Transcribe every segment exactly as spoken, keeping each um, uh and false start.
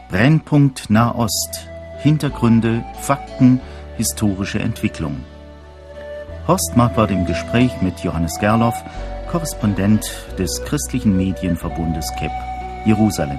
Brennpunkt Nahost. Hintergründe, Fakten, historische Entwicklung. Horst Marquardt im Gespräch mit Johannes Gerloff, Korrespondent des christlichen Medienverbundes K E P, Jerusalem.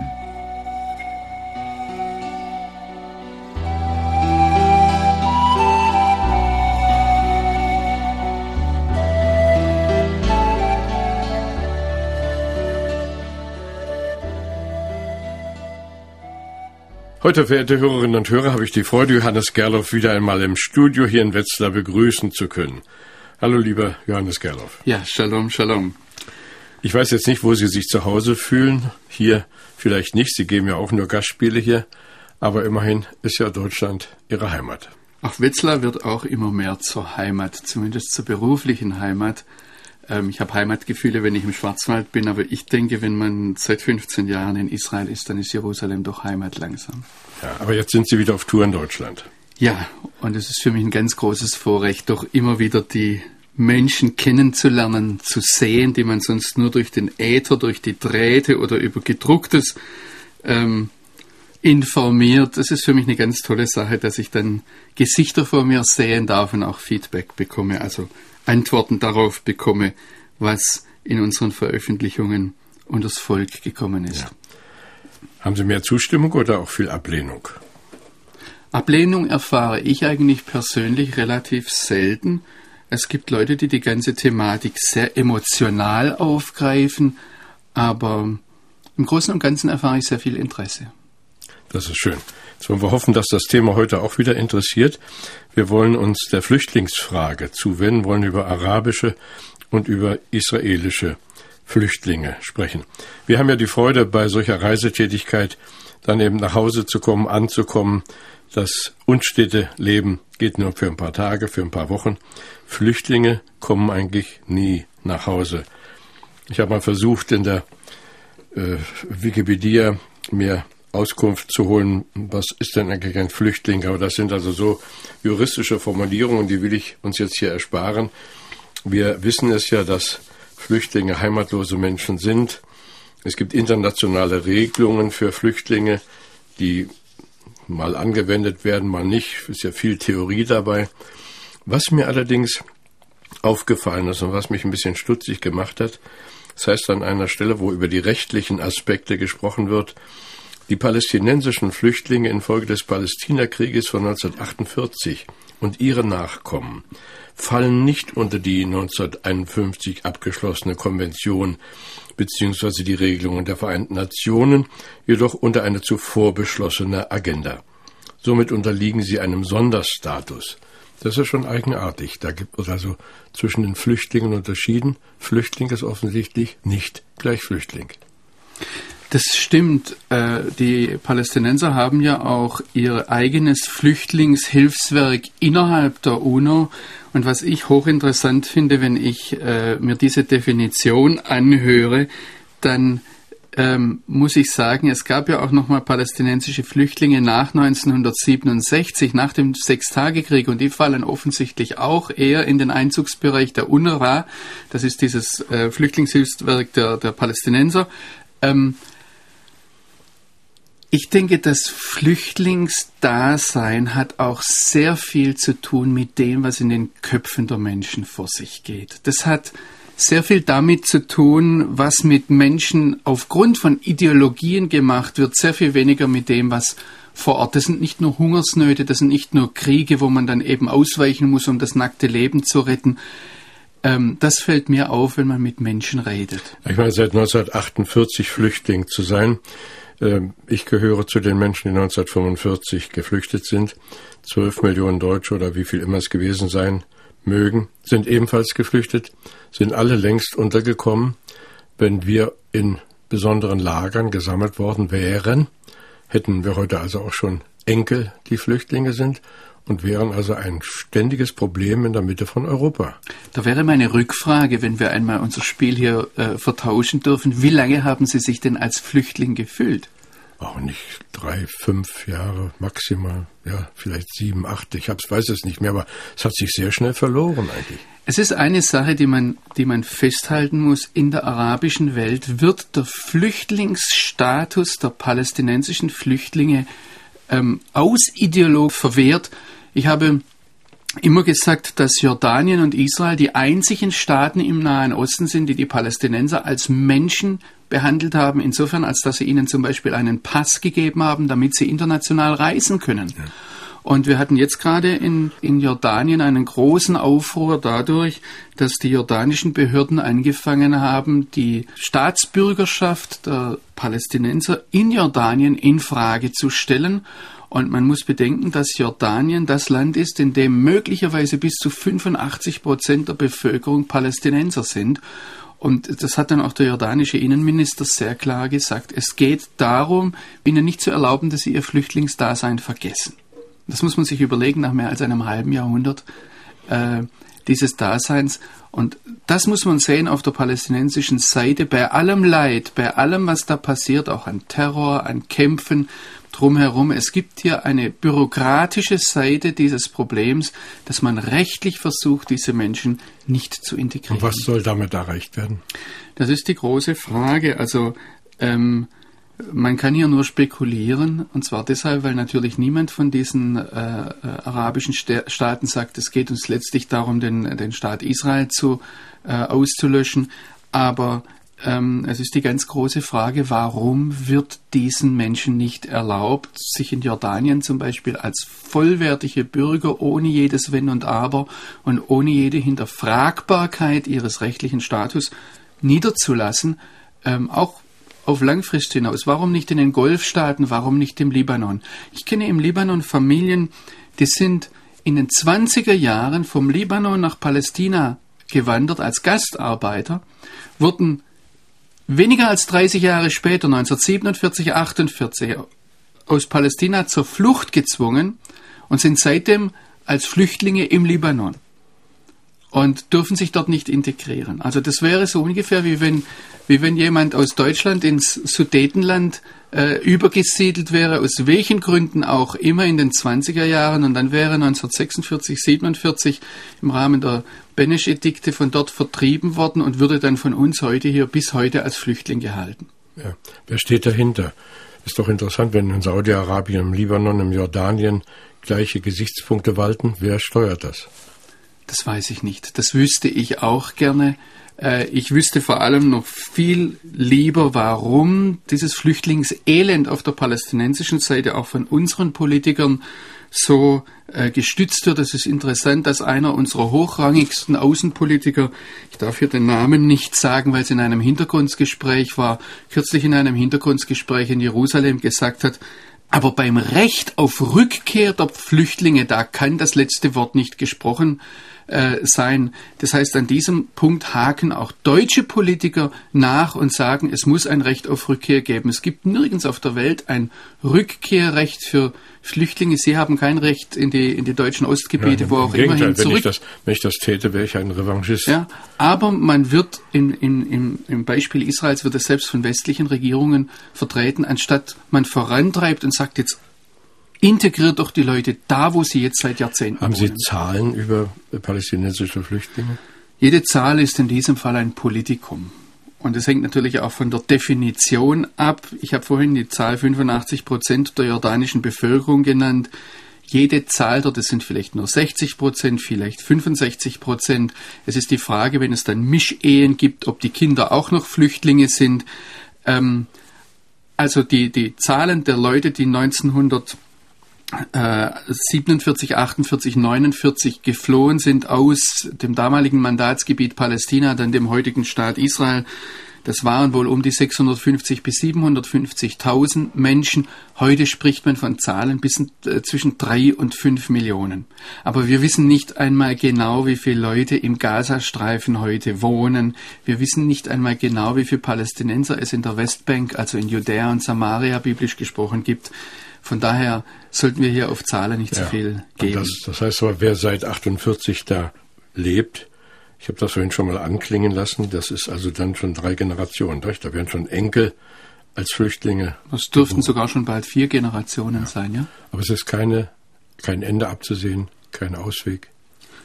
Heute, verehrte Hörerinnen und Hörer, habe ich die Freude, Johannes Gerloff wieder einmal im Studio hier in Wetzlar begrüßen zu können. Hallo, lieber Johannes Gerloff. Ja, Shalom, Shalom. Ich weiß jetzt nicht, wo Sie sich zu Hause fühlen. Hier vielleicht nicht. Sie geben ja auch nur Gastspiele hier. Aber immerhin ist ja Deutschland Ihre Heimat. Auch Wetzlar wird auch immer mehr zur Heimat, zumindest zur beruflichen Heimat. Ähm, ich habe Heimatgefühle, wenn ich im Schwarzwald bin, aber ich denke, wenn man seit fünfzehn Jahren in Israel ist, dann ist Jerusalem doch Heimat langsam. Ja, aber jetzt sind Sie wieder auf Tour in Deutschland. Ja, und es ist für mich ein ganz großes Vorrecht, doch immer wieder die Menschen kennenzulernen, zu sehen, die man sonst nur durch den Äther, durch die Drähte oder über Gedrucktes ähm, informiert. Das ist für mich eine ganz tolle Sache, dass ich dann Gesichter vor mir sehen darf und auch Feedback bekomme, also Antworten darauf bekomme, was in unseren Veröffentlichungen unters Volk gekommen ist. Ja. Haben Sie mehr Zustimmung oder auch viel Ablehnung? Ablehnung erfahre ich eigentlich persönlich relativ selten. Es gibt Leute, die die ganze Thematik sehr emotional aufgreifen, aber im Großen und Ganzen erfahre ich sehr viel Interesse. Das ist schön. Jetzt wollen wir hoffen, dass das Thema heute auch wieder interessiert. Wir wollen uns der Flüchtlingsfrage zuwenden, wollen über arabische und über israelische Flüchtlinge sprechen. Wir haben ja die Freude, bei solcher Reisetätigkeit dann eben nach Hause zu kommen, anzukommen. Das Unstädteleben geht nur für ein paar Tage, für ein paar Wochen. Flüchtlinge kommen eigentlich nie nach Hause. Ich habe mal versucht, in der äh, Wikipedia mir Auskunft zu holen, was ist denn eigentlich ein Flüchtling? Aber das sind also so juristische Formulierungen, die will ich uns jetzt hier ersparen. Wir wissen es ja, dass Flüchtlinge heimatlose Menschen sind. Es gibt internationale Regelungen für Flüchtlinge, die mal angewendet werden, mal nicht. Es ist ja viel Theorie dabei. Was mir allerdings aufgefallen ist und was mich ein bisschen stutzig gemacht hat, das heißt an einer Stelle, wo über die rechtlichen Aspekte gesprochen wird, die palästinensischen Flüchtlinge infolge des Palästinakrieges von neunzehnhundertachtundvierzig und ihre Nachkommen fallen nicht unter die neunzehnhunderteinundfünfzig abgeschlossene Konvention bzw. die Regelungen der Vereinten Nationen, jedoch unter eine zuvor beschlossene Agenda. Somit unterliegen sie einem Sonderstatus. Das ist schon eigenartig. Da gibt es also zwischen den Flüchtlingen unterschieden. Flüchtling ist offensichtlich nicht gleich Flüchtling. Das stimmt. Die Palästinenser haben ja auch ihr eigenes Flüchtlingshilfswerk innerhalb der UNO. Und was ich hochinteressant finde, wenn ich mir diese Definition anhöre, dann ähm, muss ich sagen, es gab ja auch nochmal palästinensische Flüchtlinge nach neunzehnhundertsiebenundsechzig, nach dem Sechstagekrieg, und die fallen offensichtlich auch eher in den Einzugsbereich der UNRWA. Das ist dieses äh, Flüchtlingshilfswerk der, der Palästinenser. Ähm, Ich denke, das Flüchtlingsdasein hat auch sehr viel zu tun mit dem, was in den Köpfen der Menschen vor sich geht. Das hat sehr viel damit zu tun, was mit Menschen aufgrund von Ideologien gemacht wird, sehr viel weniger mit dem, was vor Ort. Das sind nicht nur Hungersnöte, das sind nicht nur Kriege, wo man dann eben ausweichen muss, um das nackte Leben zu retten. Ähm, das fällt mir auf, wenn man mit Menschen redet. Ich meine, seit neunzehnhundertachtundvierzig Flüchtling zu sein. Ich gehöre zu den Menschen, die neunzehnhundertfünfundvierzig geflüchtet sind. Zwölf Millionen Deutsche oder wie viel immer es gewesen sein mögen, sind ebenfalls geflüchtet, sind alle längst untergekommen. Wenn wir in besonderen Lagern gesammelt worden wären, hätten wir heute also auch schon Enkel, die Flüchtlinge sind, und wären also ein ständiges Problem in der Mitte von Europa. Da wäre meine Rückfrage, wenn wir einmal unser Spiel hier äh, vertauschen dürfen. Wie lange haben Sie sich denn als Flüchtling gefühlt? Auch nicht drei, fünf Jahre maximal, ja, vielleicht sieben, acht, ich hab's, weiß es nicht mehr, aber es hat sich sehr schnell verloren eigentlich. Es ist eine Sache, die man, die man festhalten muss. In der arabischen Welt wird der Flüchtlingsstatus der palästinensischen Flüchtlinge ähm, ausideologisch verwehrt. Ich habe immer gesagt, dass Jordanien und Israel die einzigen Staaten im Nahen Osten sind, die die Palästinenser als Menschen behandelt haben, insofern, als dass sie ihnen zum Beispiel einen Pass gegeben haben, damit sie international reisen können. Ja. Und wir hatten jetzt gerade in, in Jordanien einen großen Aufruhr dadurch, dass die jordanischen Behörden angefangen haben, die Staatsbürgerschaft der Palästinenser in Jordanien in Frage zu stellen. Und man muss bedenken, dass Jordanien das Land ist, in dem möglicherweise bis zu fünfundachtzig Prozent der Bevölkerung Palästinenser sind. Und das hat dann auch der jordanische Innenminister sehr klar gesagt. Es geht darum, ihnen nicht zu erlauben, dass sie ihr Flüchtlingsdasein vergessen. Das muss man sich überlegen nach mehr als einem halben Jahrhundert äh, dieses Daseins. Und das muss man sehen auf der palästinensischen Seite, bei allem Leid, bei allem, was da passiert, auch an Terror, an Kämpfen drumherum. Es gibt hier eine bürokratische Seite dieses Problems, dass man rechtlich versucht, diese Menschen nicht zu integrieren. Und was soll damit erreicht werden? Das ist die große Frage. Also ähm, man kann hier nur spekulieren, und zwar deshalb, weil natürlich niemand von diesen äh, äh, arabischen Sta- Staaten sagt, es geht uns letztlich darum, den, den Staat Israel zu, äh, auszulöschen. Aber ähm, es ist die ganz große Frage, warum wird diesen Menschen nicht erlaubt, sich in Jordanien zum Beispiel als vollwertige Bürger ohne jedes Wenn und Aber und ohne jede Hinterfragbarkeit ihres rechtlichen Status niederzulassen, ähm, auch auf Langfrist hinaus. Warum nicht in den Golfstaaten? Warum nicht im Libanon? Ich kenne im Libanon Familien, die sind in den zwanziger Jahren vom Libanon nach Palästina gewandert als Gastarbeiter, wurden weniger als dreißig Jahre später, neunzehnhundertsiebenundvierzig, achtundvierzig, aus Palästina zur Flucht gezwungen und sind seitdem als Flüchtlinge im Libanon und dürfen sich dort nicht integrieren. Also das wäre so ungefähr wie wenn, wie wenn jemand aus Deutschland ins Sudetenland äh, übergesiedelt wäre, aus welchen Gründen auch immer in den zwanziger Jahren, und dann wäre neunzehnhundertsechsundvierzig, siebenundvierzig im Rahmen der Benesch-Edikte von dort vertrieben worden und würde dann von uns heute hier bis heute als Flüchtling gehalten. Ja. Wer steht dahinter? Ist doch interessant, wenn in Saudi-Arabien, im Libanon, im Jordanien gleiche Gesichtspunkte walten. Wer steuert das? Das weiß ich nicht. Das wüsste ich auch gerne. Ich wüsste vor allem noch viel lieber, warum dieses Flüchtlingselend auf der palästinensischen Seite auch von unseren Politikern so äh, gestützt wird. Es ist interessant, dass einer unserer hochrangigsten Außenpolitiker, ich darf hier den Namen nicht sagen, weil es in einem Hintergrundgespräch war, kürzlich in einem Hintergrundgespräch in Jerusalem gesagt hat, aber beim Recht auf Rückkehr der Flüchtlinge, da kann das letzte Wort nicht gesprochen äh, sein. Das heißt, an diesem Punkt haken auch deutsche Politiker nach und sagen, es muss ein Recht auf Rückkehr geben. Es gibt nirgends auf der Welt ein Rückkehrrecht für Flüchtlinge. Sie haben kein Recht in die, in die deutschen Ostgebiete, ja, wo auch immerhin zurück... Wenn ich, das, wenn ich das täte, wäre ich ein Revanchist. Ja, aber man wird in, in, im, im Beispiel Israels wird es selbst von westlichen Regierungen vertreten, anstatt man vorantreibt und sagt jetzt, integriert doch die Leute da, wo sie jetzt seit Jahrzehnten Haben wohnen. Sie Zahlen über palästinensische Flüchtlinge? Jede Zahl ist in diesem Fall ein Politikum. Und es hängt natürlich auch von der Definition ab. Ich habe vorhin die Zahl fünfundachtzig Prozent der jordanischen Bevölkerung genannt. Jede Zahl dort, das sind vielleicht nur sechzig Prozent, vielleicht fünfundsechzig Prozent. Es ist die Frage, wenn es dann Mischehen gibt, ob die Kinder auch noch Flüchtlinge sind. Ähm, also die, die Zahlen der Leute, die neunzehnhundertsiebenundvierzig, achtundvierzig, neunundvierzig geflohen sind aus dem damaligen Mandatsgebiet Palästina, dann dem heutigen Staat Israel. Das waren wohl um die sechshundertfünfzig bis siebenhundertfünfzigtausend Menschen. Heute spricht man von Zahlen bis äh, zwischen drei und fünf Millionen. Aber wir wissen nicht einmal genau, wie viele Leute im Gazastreifen heute wohnen. Wir wissen nicht einmal genau, wie viele Palästinenser es in der Westbank, also in Judäa und Samaria, biblisch gesprochen, gibt. Von daher sollten wir hier auf Zahlen nicht ja, zu viel geben. Das, das heißt aber, wer seit achtundvierzig da lebt, ich habe das vorhin schon mal anklingen lassen, das ist also dann schon drei Generationen. Durch. Da werden schon Enkel als Flüchtlinge. Das dürften besucht. Sogar schon bald vier Generationen ja. sein, ja? Aber es ist keine, kein Ende abzusehen, kein Ausweg.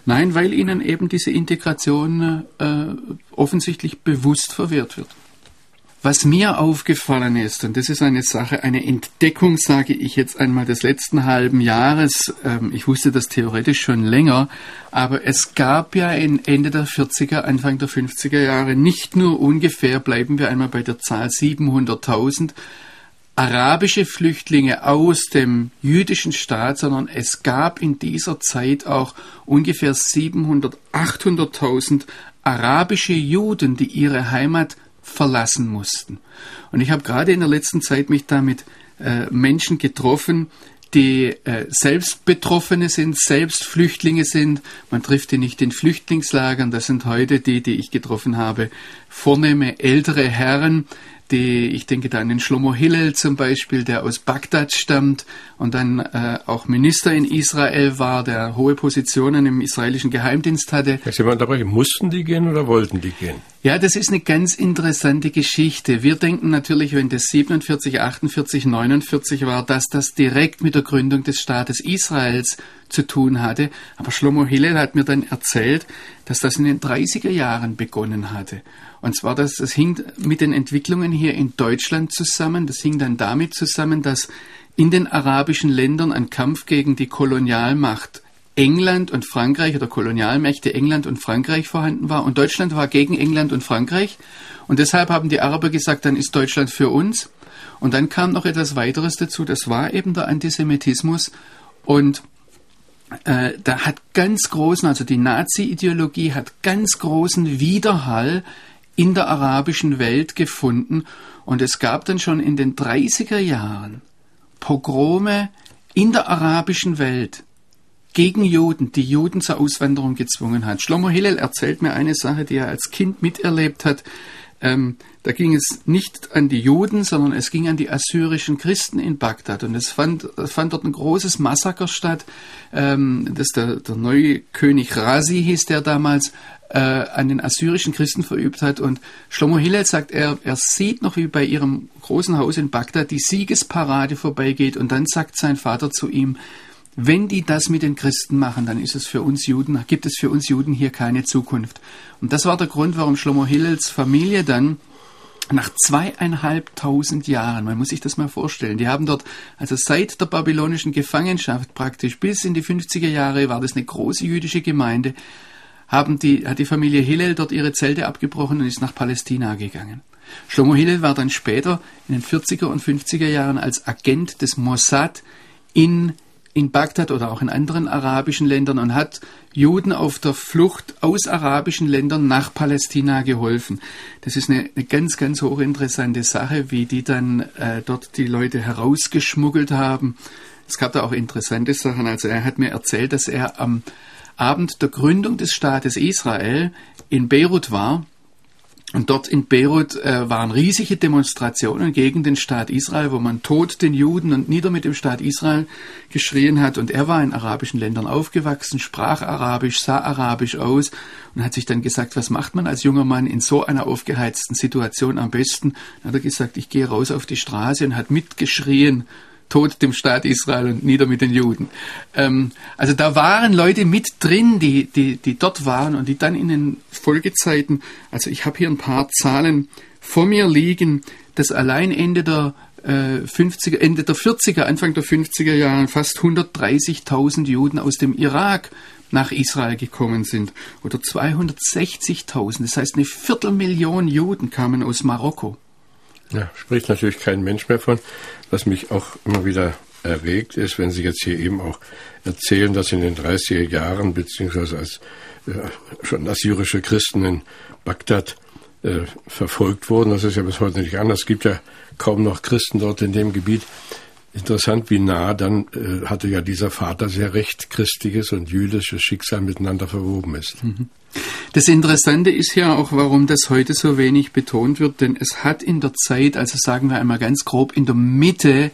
Nein, weil ihnen eben diese Integration äh, offensichtlich bewusst verwehrt wird. Was mir aufgefallen ist, und das ist eine Sache, eine Entdeckung, sage ich jetzt einmal, des letzten halben Jahres, ähm, ich wusste das theoretisch schon länger, aber es gab ja Ende der vierziger, Anfang der fünfziger Jahre nicht nur ungefähr, bleiben wir einmal bei der Zahl siebenhunderttausend, arabische Flüchtlinge aus dem jüdischen Staat, sondern es gab in dieser Zeit auch ungefähr siebenhundert, achthunderttausend arabische Juden, die ihre Heimat verlassen mussten. Und ich habe gerade in der letzten Zeit mich da mit äh, Menschen getroffen, die äh, selbst Betroffene sind, selbst Flüchtlinge sind. Man trifft die nicht in Flüchtlingslagern. Das sind heute die, die ich getroffen habe, vornehme ältere Herren, die, ich denke da an den Shlomo Hillel zum Beispiel, der aus Bagdad stammt und dann äh, auch Minister in Israel war, der hohe Positionen im israelischen Geheimdienst hatte. Ich mal unterbrechen. Mussten die gehen oder wollten die gehen? Ja, das ist eine ganz interessante Geschichte. Wir denken natürlich, wenn das siebenundvierzig, achtundvierzig, neunundvierzig war, dass das direkt mit der Gründung des Staates Israels zu tun hatte. Aber Shlomo Hillel hat mir dann erzählt, dass das in den dreißiger Jahren begonnen hatte. Und zwar, dass das hing mit den Entwicklungen hier in Deutschland zusammen. Das hing dann damit zusammen, dass in den arabischen Ländern ein Kampf gegen die Kolonialmacht England und Frankreich oder Kolonialmächte England und Frankreich vorhanden war. Und Deutschland war gegen England und Frankreich. Und deshalb haben die Araber gesagt, dann ist Deutschland für uns. Und dann kam noch etwas weiteres dazu. Das war eben der Antisemitismus. Und äh, da hat ganz großen, also die Nazi-Ideologie hat ganz großen Widerhall in der arabischen Welt gefunden. Und es gab dann schon in den dreißiger Jahren Pogrome in der arabischen Welt gegen Juden, die Juden zur Auswanderung gezwungen hat. Shlomo Hillel erzählt mir eine Sache, die er als Kind miterlebt hat. Ähm, da ging es nicht an die Juden, sondern es ging an die assyrischen Christen in Bagdad. Und es fand, fand dort ein großes Massaker statt. Ähm, das der, der neue König Razi hieß, der damals äh, an den assyrischen Christen verübt hat. Und Shlomo Hillel sagt, er, er sieht noch, wie bei ihrem großen Haus in Bagdad die Siegesparade vorbeigeht. Und dann sagt sein Vater zu ihm, wenn die das mit den Christen machen, dann ist es für uns Juden, gibt es für uns Juden hier keine Zukunft. Und das war der Grund, warum Shlomo Hillels Familie dann nach zweieinhalbtausend Jahren, man muss sich das mal vorstellen, die haben dort, also seit der babylonischen Gefangenschaft praktisch bis in die fünfziger Jahre war das eine große jüdische Gemeinde, haben die, hat die Familie Hillel dort ihre Zelte abgebrochen und ist nach Palästina gegangen. Shlomo Hillel war dann später in den vierziger und fünfziger Jahren als Agent des Mossad in in Bagdad oder auch in anderen arabischen Ländern und hat Juden auf der Flucht aus arabischen Ländern nach Palästina geholfen. Das ist eine, eine ganz, ganz hochinteressante Sache, wie die dann äh, dort die Leute herausgeschmuggelt haben. Es gab da auch interessante Sachen. Also er hat mir erzählt, dass er am Abend der Gründung des Staates Israel in Beirut war. Und dort in Beirut äh, waren riesige Demonstrationen gegen den Staat Israel, wo man Tod den Juden und nieder mit dem Staat Israel geschrien hat. Und er war in arabischen Ländern aufgewachsen, sprach Arabisch, sah Arabisch aus und hat sich dann gesagt, was macht man als junger Mann in so einer aufgeheizten Situation am besten? Dann hat er gesagt, ich gehe raus auf die Straße und hat mitgeschrien, Tod dem Staat Israel und nieder mit den Juden. Ähm, also da waren Leute mit drin, die, die, die dort waren und die dann in den Folgezeiten, also ich habe hier ein paar Zahlen vor mir liegen, dass allein Ende der äh, fünfziger, Ende der vierziger, Anfang der fünfziger Jahre fast hundertdreißigtausend Juden aus dem Irak nach Israel gekommen sind oder zweihundertsechzigtausend, das heißt eine Viertelmillion Juden kamen aus Marokko. Ja, spricht natürlich kein Mensch mehr von. Was mich auch immer wieder erregt ist, wenn Sie jetzt hier eben auch erzählen, dass in den dreißiger Jahren, beziehungsweise als äh, schon assyrische Christen in Bagdad äh, verfolgt wurden. Das ist ja bis heute nicht anders. Es gibt ja kaum noch Christen dort in dem Gebiet. Interessant, wie nah dann äh, hatte ja dieser Vater sehr recht christliches und jüdisches Schicksal miteinander verwoben ist. Mhm. Das Interessante ist ja auch, warum das heute so wenig betont wird, denn es hat in der Zeit, also sagen wir einmal ganz grob, in der Mitte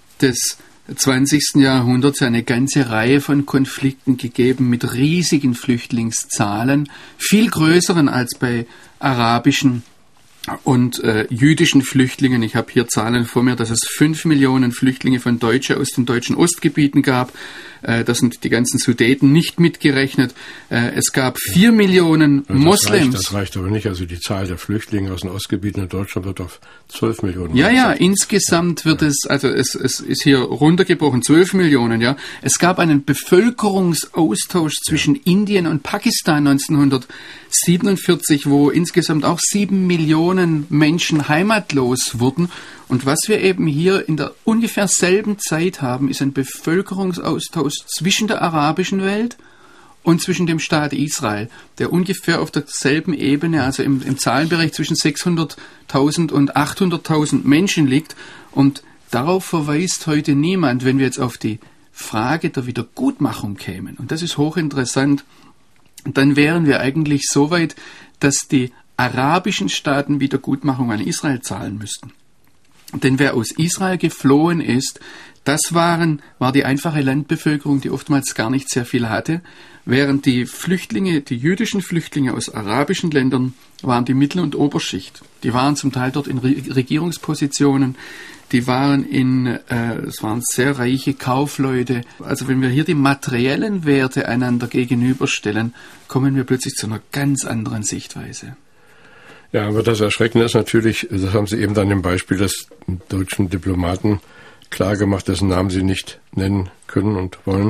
des zwanzigsten Jahrhunderts eine ganze Reihe von Konflikten gegeben mit riesigen Flüchtlingszahlen, viel größeren als bei arabischen und äh, jüdischen Flüchtlingen. Ich habe hier Zahlen vor mir, dass es fünf Millionen Flüchtlinge von Deutschen aus den deutschen Ostgebieten gab. Äh, das sind die ganzen Sudeten nicht mitgerechnet. Äh, es gab vier Millionen das Moslems. Reicht, das reicht aber nicht. Also die Zahl der Flüchtlinge aus den Ostgebieten in Deutschland wird auf zwölf Millionen. Ja, ja, insgesamt wird ja. es, also es, es ist hier runtergebrochen, zwölf Millionen, ja. Es gab einen Bevölkerungsaustausch zwischen ja. Indien und Pakistan neunzehnhundertsiebenundvierzig, wo insgesamt auch sieben Millionen Menschen heimatlos wurden. Und was wir eben hier in der ungefähr selben Zeit haben, ist ein Bevölkerungsaustausch zwischen der arabischen Welt und zwischen dem Staat Israel, der ungefähr auf derselben Ebene, also im, im Zahlenbereich zwischen sechshunderttausend und achthunderttausend Menschen liegt. Und darauf verweist heute niemand, wenn wir jetzt auf die Frage der Wiedergutmachung kämen. Und das ist hochinteressant. Dann wären wir eigentlich so weit, dass die arabischen Staaten Wiedergutmachung an Israel zahlen müssten. Denn wer aus Israel geflohen ist, das waren, war die einfache Landbevölkerung, die oftmals gar nicht sehr viel hatte, während die Flüchtlinge, die jüdischen Flüchtlinge aus arabischen Ländern, waren die Mittel- und Oberschicht. Die waren zum Teil dort in Regierungspositionen, die waren in, äh, es waren sehr reiche Kaufleute. Also wenn wir hier die materiellen Werte einander gegenüberstellen, kommen wir plötzlich zu einer ganz anderen Sichtweise. Ja, aber das Erschreckende ist natürlich, das haben Sie eben dann im Beispiel des deutschen Diplomaten klar gemacht, dessen Namen Sie nicht nennen können und wollen,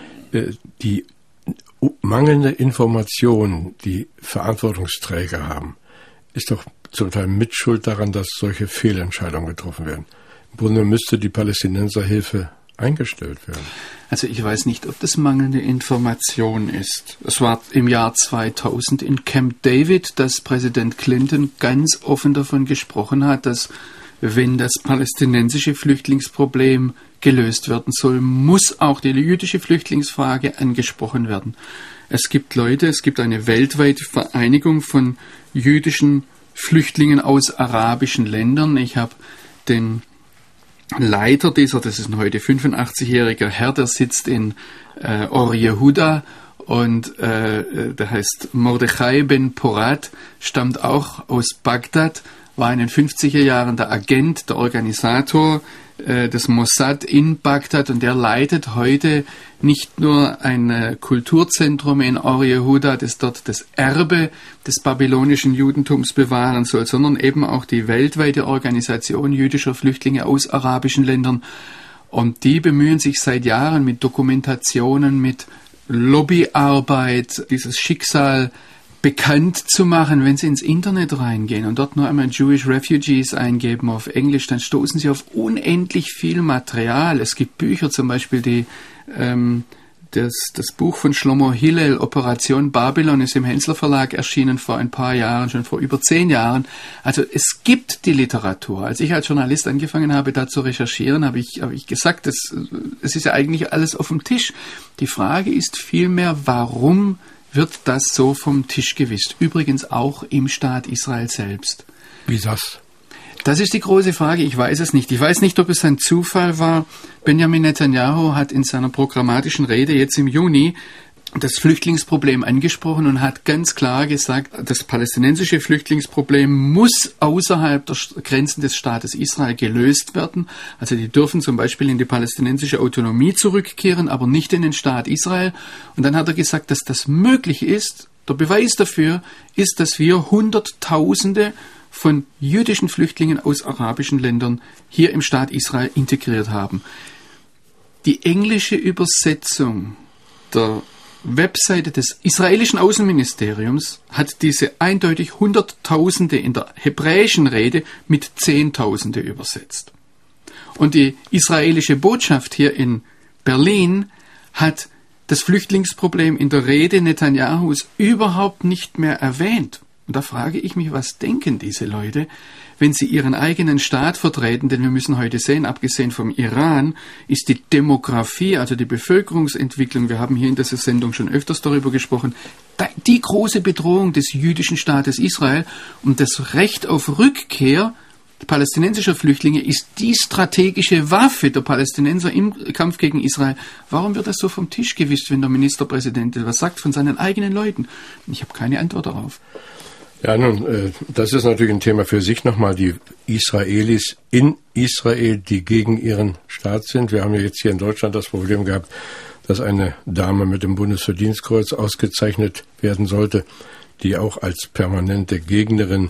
die mangelnde Information, die Verantwortungsträger haben, ist doch zum Teil Mitschuld daran, dass solche Fehlentscheidungen getroffen werden. Im Grunde müsste die Palästinenserhilfe eingestellt werden. Also ich weiß nicht, ob das mangelnde Information ist. Es war im Jahr zweitausend in Camp David, dass Präsident Clinton ganz offen davon gesprochen hat, dass wenn das palästinensische Flüchtlingsproblem gelöst werden soll, muss auch die jüdische Flüchtlingsfrage angesprochen werden. Es gibt Leute, es gibt eine weltweite Vereinigung von jüdischen Flüchtlingen aus arabischen Ländern. Ich habe den Leiter dieser, das ist ein heute fünfundachtzig-jähriger Herr, der sitzt in äh, Or Yehuda und äh, der heißt Mordechai Ben Porat, stammt auch aus Bagdad, war in den fünfziger Jahren der Agent, der Organisator äh, des Mossad in Bagdad und der leitet heute nicht nur ein äh, Kulturzentrum in Or Yehuda, das dort das Erbe des babylonischen Judentums bewahren soll, sondern eben auch die weltweite Organisation jüdischer Flüchtlinge aus arabischen Ländern. Und die bemühen sich seit Jahren mit Dokumentationen, mit Lobbyarbeit, dieses Schicksal bekannt zu machen. Wenn Sie ins Internet reingehen und dort nur einmal Jewish Refugees eingeben auf Englisch, dann stoßen Sie auf unendlich viel Material. Es gibt Bücher, zum Beispiel die, ähm, das, das Buch von Shlomo Hillel, Operation Babylon, ist im Hensler Verlag erschienen vor ein paar Jahren, schon vor über zehn Jahren. Also es gibt die Literatur. Als ich als Journalist angefangen habe, da zu recherchieren, habe ich, habe ich gesagt, es, es ist ja eigentlich alles auf dem Tisch. Die Frage ist vielmehr, warum wird das so vom Tisch gewischt? Übrigens auch im Staat Israel selbst. Wie das? Das ist die große Frage. Ich weiß es nicht. Ich weiß nicht, ob es ein Zufall war. Benjamin Netanyahu hat in seiner programmatischen Rede jetzt im Juni das Flüchtlingsproblem angesprochen und hat ganz klar gesagt, das palästinensische Flüchtlingsproblem muss außerhalb der Grenzen des Staates Israel gelöst werden. Also die dürfen zum Beispiel in die palästinensische Autonomie zurückkehren, aber nicht in den Staat Israel. Und dann hat er gesagt, dass das möglich ist. Der Beweis dafür ist, dass wir Hunderttausende von jüdischen Flüchtlingen aus arabischen Ländern hier im Staat Israel integriert haben. Die englische Übersetzung der Webseite des israelischen Außenministeriums hat diese eindeutig Hunderttausende in der hebräischen Rede mit Zehntausende übersetzt. Und die israelische Botschaft hier in Berlin hat das Flüchtlingsproblem in der Rede Netanyahus überhaupt nicht mehr erwähnt. Und da frage ich mich, was denken diese Leute, wenn sie ihren eigenen Staat vertreten? Denn wir müssen heute sehen, abgesehen vom Iran, ist die Demografie, also die Bevölkerungsentwicklung, wir haben hier in dieser Sendung schon öfters darüber gesprochen, die große Bedrohung des jüdischen Staates Israel und das Recht auf Rückkehr palästinensischer Flüchtlinge ist die strategische Waffe der Palästinenser im Kampf gegen Israel. Warum wird das so vom Tisch gewischt, wenn der Ministerpräsident etwas sagt von seinen eigenen Leuten? Ich habe keine Antwort darauf. Ja, nun, das ist natürlich ein Thema für sich nochmal, die Israelis in Israel, die gegen ihren Staat sind. Wir haben ja jetzt hier in Deutschland das Problem gehabt, dass eine Dame mit dem Bundesverdienstkreuz ausgezeichnet werden sollte, die auch als permanente Gegnerin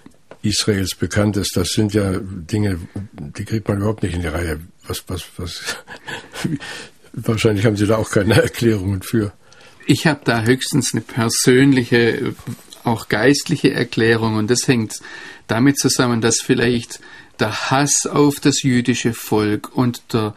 Israels bekannt ist. Das sind ja Dinge, die kriegt man überhaupt nicht in die Reihe. Was, was, was? Wahrscheinlich haben Sie da auch keine Erklärungen für. Ich habe da höchstens eine persönliche, auch geistliche Erklärung, und das hängt damit zusammen, dass vielleicht der Hass auf das jüdische Volk und der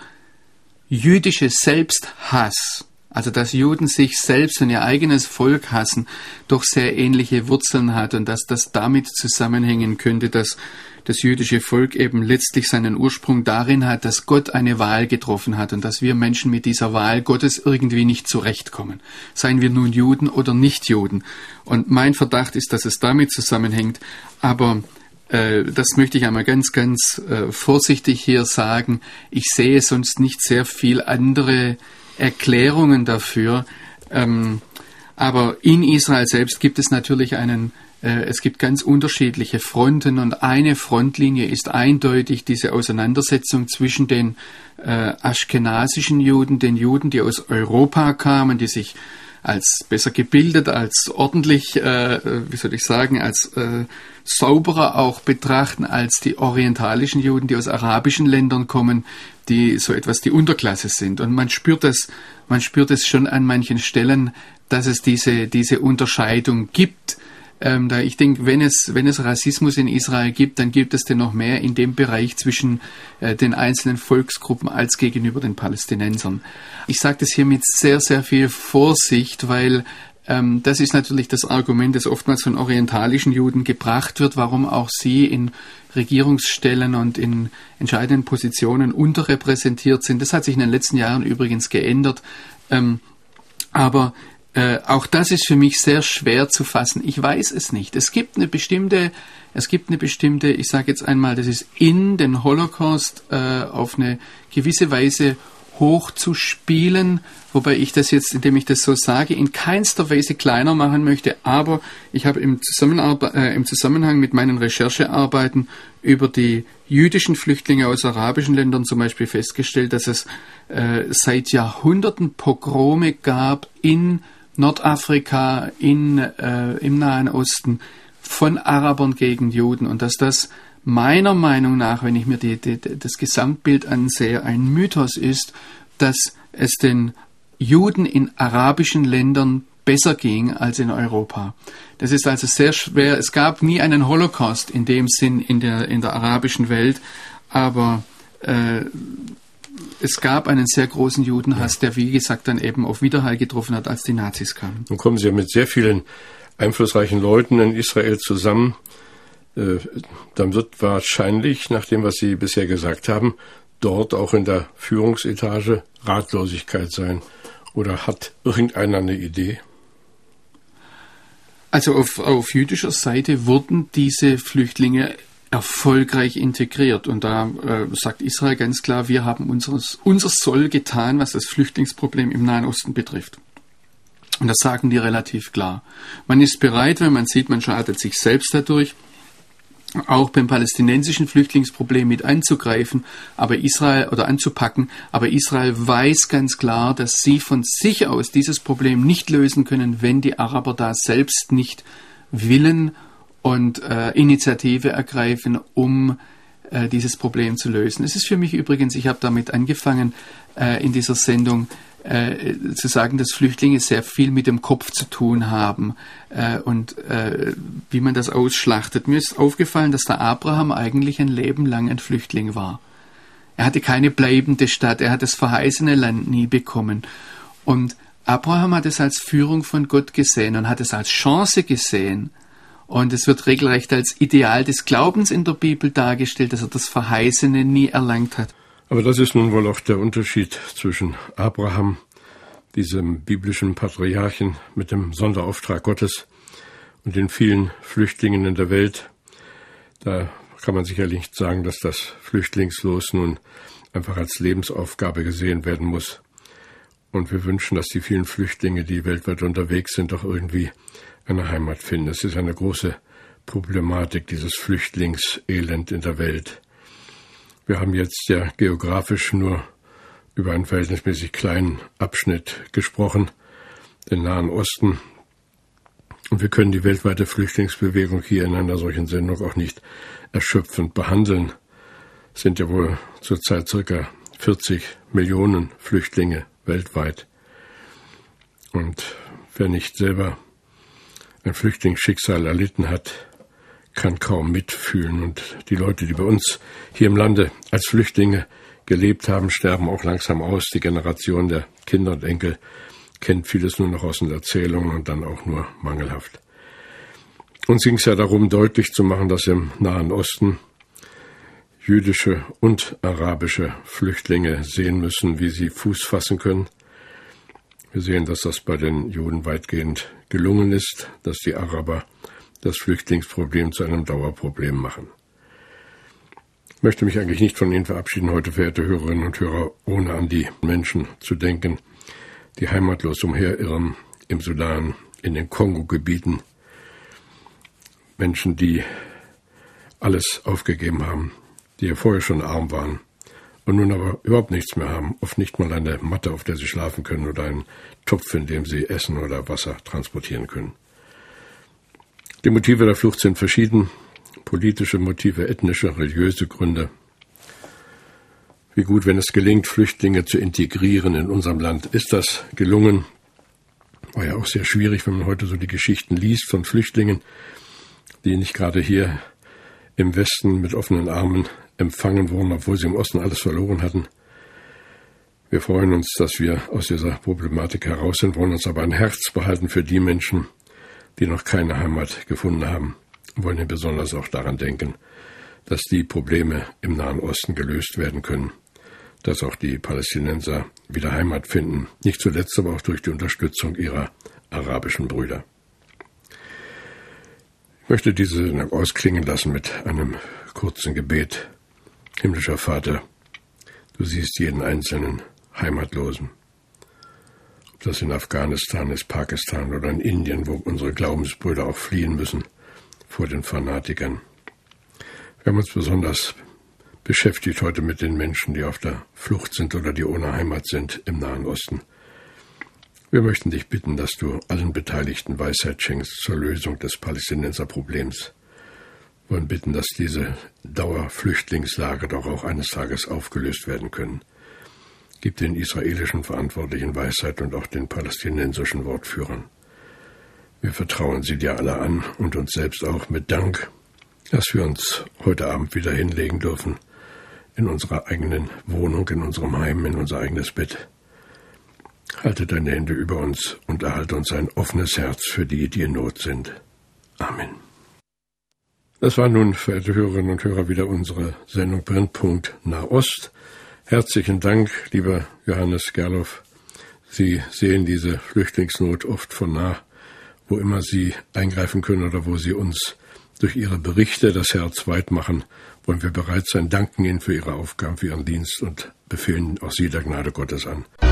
jüdische Selbsthass, also dass Juden sich selbst und ihr eigenes Volk hassen, doch sehr ähnliche Wurzeln hat und dass das damit zusammenhängen könnte, dass das jüdische Volk eben letztlich seinen Ursprung darin hat, dass Gott eine Wahl getroffen hat und dass wir Menschen mit dieser Wahl Gottes irgendwie nicht zurechtkommen. Seien wir nun Juden oder Nicht-Juden. Und mein Verdacht ist, dass es damit zusammenhängt, aber äh, das möchte ich einmal ganz, ganz äh, vorsichtig hier sagen. Ich sehe sonst nicht sehr viel andere Erklärungen dafür. Ähm, aber in Israel selbst gibt es natürlich einen Es gibt ganz unterschiedliche Fronten und eine Frontlinie ist eindeutig diese Auseinandersetzung zwischen den äh, aschkenasischen Juden, den Juden, die aus Europa kamen, die sich als besser gebildet, als ordentlich, äh, wie soll ich sagen, als äh, sauberer auch betrachten als die orientalischen Juden, die aus arabischen Ländern kommen, die so etwas die Unterklasse sind. Und man spürt das, man spürt es schon an manchen Stellen, dass es diese, diese Unterscheidung gibt. Ähm, da ich denke, wenn es, wenn es Rassismus in Israel gibt, dann gibt es den noch mehr in dem Bereich zwischen äh, den einzelnen Volksgruppen als gegenüber den Palästinensern. Ich sage das hier mit sehr, sehr viel Vorsicht, weil ähm, das ist natürlich das Argument, das oftmals von orientalischen Juden gebracht wird, warum auch sie in Regierungsstellen und in entscheidenden Positionen unterrepräsentiert sind. Das hat sich in den letzten Jahren übrigens geändert. Ähm, aber Äh, auch das ist für mich sehr schwer zu fassen. Ich weiß es nicht. Es gibt eine bestimmte, es gibt eine bestimmte, ich sage jetzt einmal, das ist in den Holocaust äh, auf eine gewisse Weise hochzuspielen, wobei ich das jetzt, indem ich das so sage, in keinster Weise kleiner machen möchte. Aber ich habe im, Zusammenarbe- äh, im Zusammenhang mit meinen Recherchearbeiten über die jüdischen Flüchtlinge aus arabischen Ländern zum Beispiel festgestellt, dass es äh, seit Jahrhunderten Pogrome gab in Nordafrika, in, äh, im Nahen Osten von Arabern gegen Juden und dass das meiner Meinung nach, wenn ich mir die, die, das Gesamtbild ansehe, ein Mythos ist, dass es den Juden in arabischen Ländern besser ging als in Europa. Das ist also sehr schwer. Es gab nie einen Holocaust in dem Sinn in der, in der arabischen Welt, aber äh, es gab einen sehr großen Judenhass, ja, der, wie gesagt, dann eben auf Widerhall getroffen hat, als die Nazis kamen. Nun kommen Sie ja mit sehr vielen einflussreichen Leuten in Israel zusammen. Äh, dann wird wahrscheinlich, nach dem, was Sie bisher gesagt haben, dort auch in der Führungsetage Ratlosigkeit sein. Oder hat irgendeiner eine Idee? Also auf, auf jüdischer Seite wurden diese Flüchtlinge erfolgreich integriert. Und da äh, sagt Israel ganz klar, wir haben unseres, unser Soll getan, was das Flüchtlingsproblem im Nahen Osten betrifft. Und das sagen die relativ klar. Man ist bereit, wenn man sieht, man schadet sich selbst dadurch, auch beim palästinensischen Flüchtlingsproblem mit anzugreifen, aber Israel oder anzupacken, aber Israel weiß ganz klar, dass sie von sich aus dieses Problem nicht lösen können, wenn die Araber da selbst nicht willen und äh, Initiative ergreifen, um äh, dieses Problem zu lösen. Es ist für mich übrigens, ich habe damit angefangen, äh, in dieser Sendung äh, zu sagen, dass Flüchtlinge sehr viel mit dem Kopf zu tun haben äh, und äh, wie man das ausschlachtet. Mir ist aufgefallen, dass der Abraham eigentlich ein Leben lang ein Flüchtling war. Er hatte keine bleibende Stadt, er hat das verheißene Land nie bekommen. Und Abraham hat es als Führung von Gott gesehen und hat es als Chance gesehen. Und es wird regelrecht als Ideal des Glaubens in der Bibel dargestellt, dass er das Verheißene nie erlangt hat. Aber das ist nun wohl auch der Unterschied zwischen Abraham, diesem biblischen Patriarchen mit dem Sonderauftrag Gottes, und den vielen Flüchtlingen in der Welt. Da kann man sicherlich nicht sagen, dass das Flüchtlingslos nun einfach als Lebensaufgabe gesehen werden muss. Und wir wünschen, dass die vielen Flüchtlinge, die weltweit unterwegs sind, doch irgendwie eine Heimat finden. Es ist eine große Problematik, dieses Flüchtlingselend in der Welt. Wir haben jetzt ja geografisch nur über einen verhältnismäßig kleinen Abschnitt gesprochen, den Nahen Osten. Und wir können die weltweite Flüchtlingsbewegung hier in einer solchen Sendung auch nicht erschöpfend behandeln. Es sind ja wohl zurzeit circa vierzig Millionen Flüchtlinge weltweit. Und wer nicht selber ein Flüchtlingsschicksal erlitten hat, kann kaum mitfühlen. Und die Leute, die bei uns hier im Lande als Flüchtlinge gelebt haben, sterben auch langsam aus. Die Generation der Kinder und Enkel kennt vieles nur noch aus den Erzählungen und dann auch nur mangelhaft. Uns ging es ja darum, deutlich zu machen, dass im Nahen Osten jüdische und arabische Flüchtlinge sehen müssen, wie sie Fuß fassen können. Wir sehen, dass das bei den Juden weitgehend gelungen ist, dass die Araber das Flüchtlingsproblem zu einem Dauerproblem machen. Ich möchte mich eigentlich nicht von Ihnen verabschieden heute, verehrte Hörerinnen und Hörer, ohne an die Menschen zu denken, die heimatlos umherirren im Sudan, in den Kongo-Gebieten. Menschen, die alles aufgegeben haben, die ja vorher schon arm waren und nun aber überhaupt nichts mehr haben, oft nicht mal eine Matte, auf der sie schlafen können oder einen Topf, in dem sie Essen oder Wasser transportieren können. Die Motive der Flucht sind verschieden. Politische Motive, ethnische, religiöse Gründe. Wie gut, wenn es gelingt, Flüchtlinge zu integrieren in unserem Land. Ist das gelungen? War ja auch sehr schwierig, wenn man heute so die Geschichten liest von Flüchtlingen, die nicht gerade hier im Westen mit offenen Armen empfangen wurden, obwohl sie im Osten alles verloren hatten. Wir freuen uns, dass wir aus dieser Problematik heraus sind, wollen uns aber ein Herz behalten für die Menschen, die noch keine Heimat gefunden haben. Wir wollen hier besonders auch daran denken, dass die Probleme im Nahen Osten gelöst werden können, dass auch die Palästinenser wieder Heimat finden, nicht zuletzt aber auch durch die Unterstützung ihrer arabischen Brüder. Ich möchte diese Sendung ausklingen lassen mit einem kurzen Gebet. Himmlischer Vater, du siehst jeden einzelnen Heimatlosen. Ob das in Afghanistan ist, Pakistan oder in Indien, wo unsere Glaubensbrüder auch fliehen müssen vor den Fanatikern. Wir haben uns besonders beschäftigt heute mit den Menschen, die auf der Flucht sind oder die ohne Heimat sind im Nahen Osten. Wir möchten dich bitten, dass du allen Beteiligten Weisheit schenkst zur Lösung des Palästinenserproblems. Wir wollen bitten, dass diese Dauerflüchtlingslager doch auch eines Tages aufgelöst werden können. Gib den israelischen Verantwortlichen Weisheit und auch den palästinensischen Wortführern. Wir vertrauen sie dir alle an und uns selbst auch mit Dank, dass wir uns heute Abend wieder hinlegen dürfen in unserer eigenen Wohnung, in unserem Heim, in unser eigenes Bett. Halte deine Hände über uns und erhalte uns ein offenes Herz für die, die in Not sind. Amen. Das war nun, verehrte Hörerinnen und Hörer, wieder unsere Sendung Brennpunkt Nahost. Herzlichen Dank, lieber Johannes Gerloff. Sie sehen diese Flüchtlingsnot oft von nah, wo immer Sie eingreifen können oder wo Sie uns durch Ihre Berichte das Herz weit machen, wollen wir bereit sein, danken Ihnen für Ihre Aufgaben, für Ihren Dienst und befehlen auch Sie der Gnade Gottes an.